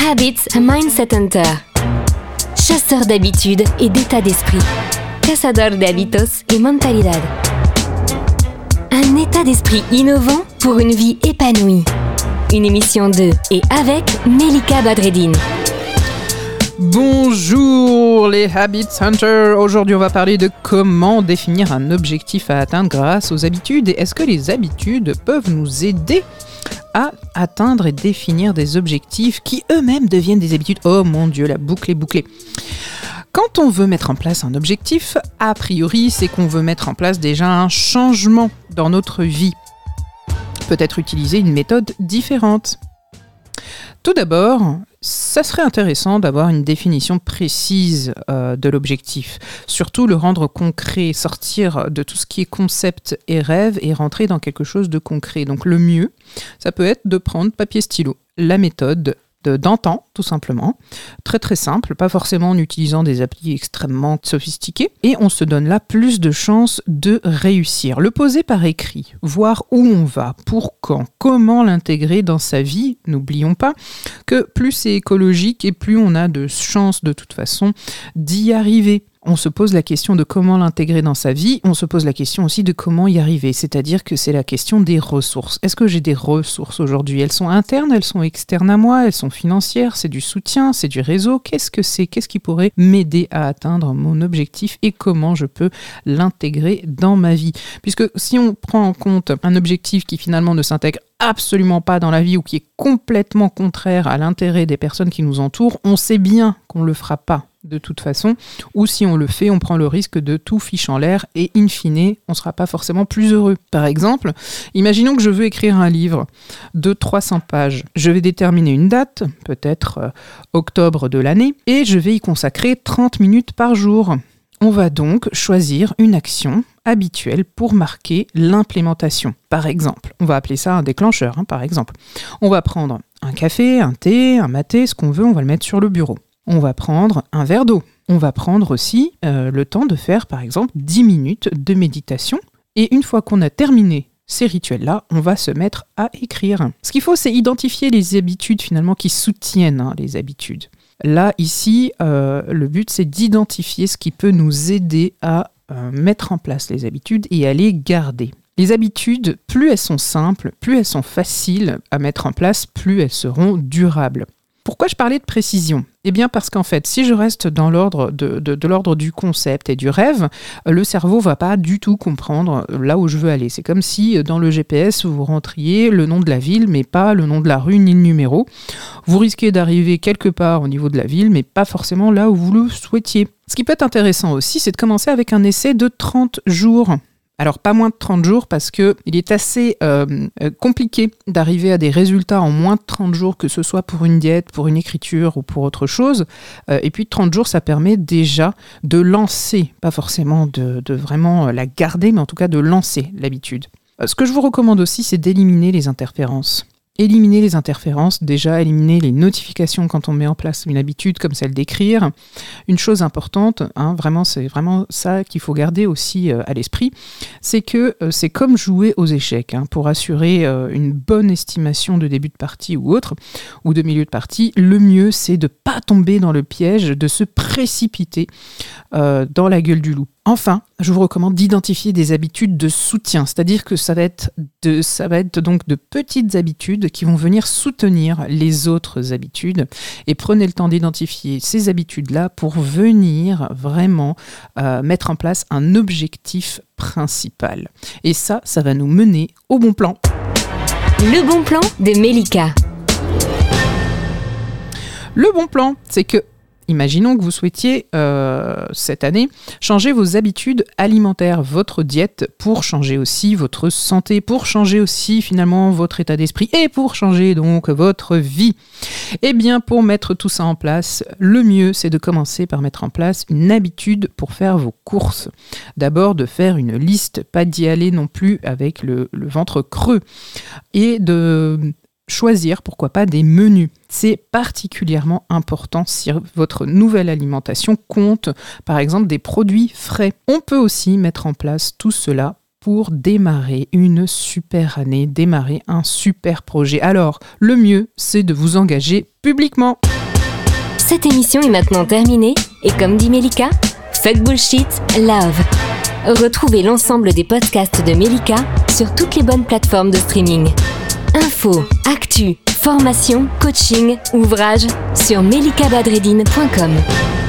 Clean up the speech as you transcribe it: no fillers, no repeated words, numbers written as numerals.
Habits Mindset Hunter. Chasseur d'habitudes et d'état d'esprit. Cazador de hábitos y mentalidad. Un état d'esprit innovant pour une vie épanouie. Une émission de et avec Melika Badreddine. Bonjour les Habits Hunters. Aujourd'hui on va parler de comment définir un objectif à atteindre grâce aux habitudes. Et est-ce que les habitudes peuvent nous aider à atteindre et définir des objectifs qui eux-mêmes deviennent des habitudes? Oh mon Dieu, la boucle est bouclée. Quand on veut mettre en place un objectif, a priori, c'est qu'on veut mettre en place déjà un changement dans notre vie. Peut-être utiliser une méthode différente. Tout d'abord, ça serait intéressant d'avoir une définition précise de l'objectif. Surtout le rendre concret, sortir de tout ce qui est concept et rêve et rentrer dans quelque chose de concret. Donc le mieux, ça peut être de prendre papier stylo, la méthode d'antan, tout simplement. Très très simple, pas forcément en utilisant des applis extrêmement sophistiquées. Et on se donne là plus de chances de réussir. Le poser par écrit, voir où on va, pour quand, comment l'intégrer dans sa vie. N'oublions pas que plus c'est écologique et plus on a de chances de toute façon d'y arriver. On se pose la question de comment l'intégrer dans sa vie, on se pose la question aussi de comment y arriver, c'est-à-dire que c'est la question des ressources. Est-ce que j'ai des ressources aujourd'hui ? Elles sont internes, elles sont externes à moi, elles sont financières, c'est du soutien, c'est du réseau. Qu'est-ce que c'est ? Qu'est-ce qui pourrait m'aider à atteindre mon objectif et comment je peux l'intégrer dans ma vie ? Puisque si on prend en compte un objectif qui finalement ne s'intègre absolument pas dans la vie ou qui est complètement contraire à l'intérêt des personnes qui nous entourent, on sait bien qu'on ne le fera pas de toute façon, ou si on le fait, on prend le risque de tout fiche en l'air et in fine, on ne sera pas forcément plus heureux. Par exemple, imaginons que je veux écrire un livre de 300 pages. Je vais déterminer une date, peut-être octobre de l'année, et je vais y consacrer 30 minutes par jour. On va donc choisir une action habituelle pour marquer l'implémentation. Par exemple, on va appeler ça un déclencheur, par exemple. On va prendre un café, un thé, un maté, ce qu'on veut, on va le mettre sur le bureau. On va prendre un verre d'eau. On va prendre aussi le temps de faire, par exemple, 10 minutes de méditation. Et une fois qu'on a terminé ces rituels-là, on va se mettre à écrire. Ce qu'il faut, c'est identifier les habitudes finalement qui soutiennent les habitudes. Là, ici, le but, c'est d'identifier ce qui peut nous aider à mettre en place les habitudes et à les garder. Les habitudes, plus elles sont simples, plus elles sont faciles à mettre en place, plus elles seront durables. Pourquoi je parlais de précision ? Eh bien parce qu'en fait, si je reste dans l'ordre de l'ordre du concept et du rêve, le cerveau ne va pas du tout comprendre là où je veux aller. C'est comme si dans le GPS, vous rentriez le nom de la ville, mais pas le nom de la rue ni le numéro. Vous risquez d'arriver quelque part au niveau de la ville, mais pas forcément là où vous le souhaitiez. Ce qui peut être intéressant aussi, c'est de commencer avec un essai de 30 jours. Alors pas moins de 30 jours parce qu'il est assez compliqué d'arriver à des résultats en moins de 30 jours, que ce soit pour une diète, pour une écriture ou pour autre chose. Et puis 30 jours, ça permet déjà de lancer, pas forcément de vraiment la garder, mais en tout cas de lancer l'habitude. Ce que je vous recommande aussi, c'est d'éliminer les interférences. Éliminer les interférences, déjà éliminer les notifications quand on met en place une habitude comme celle d'écrire. Une chose importante, vraiment, c'est vraiment ça qu'il faut garder aussi à l'esprit, c'est que c'est comme jouer aux échecs. Pour assurer une bonne estimation de début de partie ou autre, ou de milieu de partie, le mieux c'est de ne pas tomber dans le piège, de se précipiter dans la gueule du loup. Enfin, je vous recommande d'identifier des habitudes de soutien, c'est-à-dire que ça va être donc de petites habitudes qui vont venir soutenir les autres habitudes. Et prenez le temps d'identifier ces habitudes-là pour venir vraiment mettre en place un objectif principal. Et ça va nous mener au bon plan. Le bon plan de Melika. Le bon plan, c'est que imaginons que vous souhaitiez, cette année, changer vos habitudes alimentaires, votre diète, pour changer aussi votre santé, pour changer aussi finalement votre état d'esprit et pour changer donc votre vie. Eh bien, pour mettre tout ça en place, le mieux, c'est de commencer par mettre en place une habitude pour faire vos courses. D'abord, de faire une liste, pas d'y aller non plus avec le ventre creux, et de choisir, pourquoi pas, des menus. C'est particulièrement important si votre nouvelle alimentation compte, par exemple, des produits frais. On peut aussi mettre en place tout cela pour démarrer une super année, démarrer un super projet. Alors, le mieux, c'est de vous engager publiquement. Cette émission est maintenant terminée et comme dit Melika, fuck bullshit, love. Retrouvez l'ensemble des podcasts de Melika sur toutes les bonnes plateformes de streaming. Infos, actu, formation, coaching, ouvrages sur melikabadreddine.com.